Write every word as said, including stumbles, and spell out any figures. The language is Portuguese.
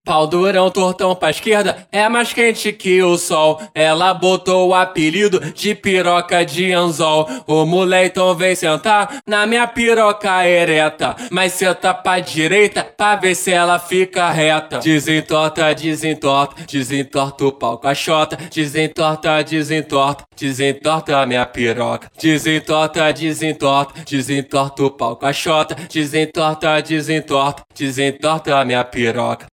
Pau durão, tortão pra esquerda, é mais quente que o sol. Ela botou o apelido de piroca de anzol. O moleitão vem sentar na minha piroca ereta, mas senta pra direita pra ver se ela fica reta. Desentorta, desentorta, desentorta o pau com a xota. Desentorta, desentorta, desentorta a minha piroca. Desentorta, desentorta, desentorta o pau com a xota. Desentorta, desentorta, desentorta a minha piroca.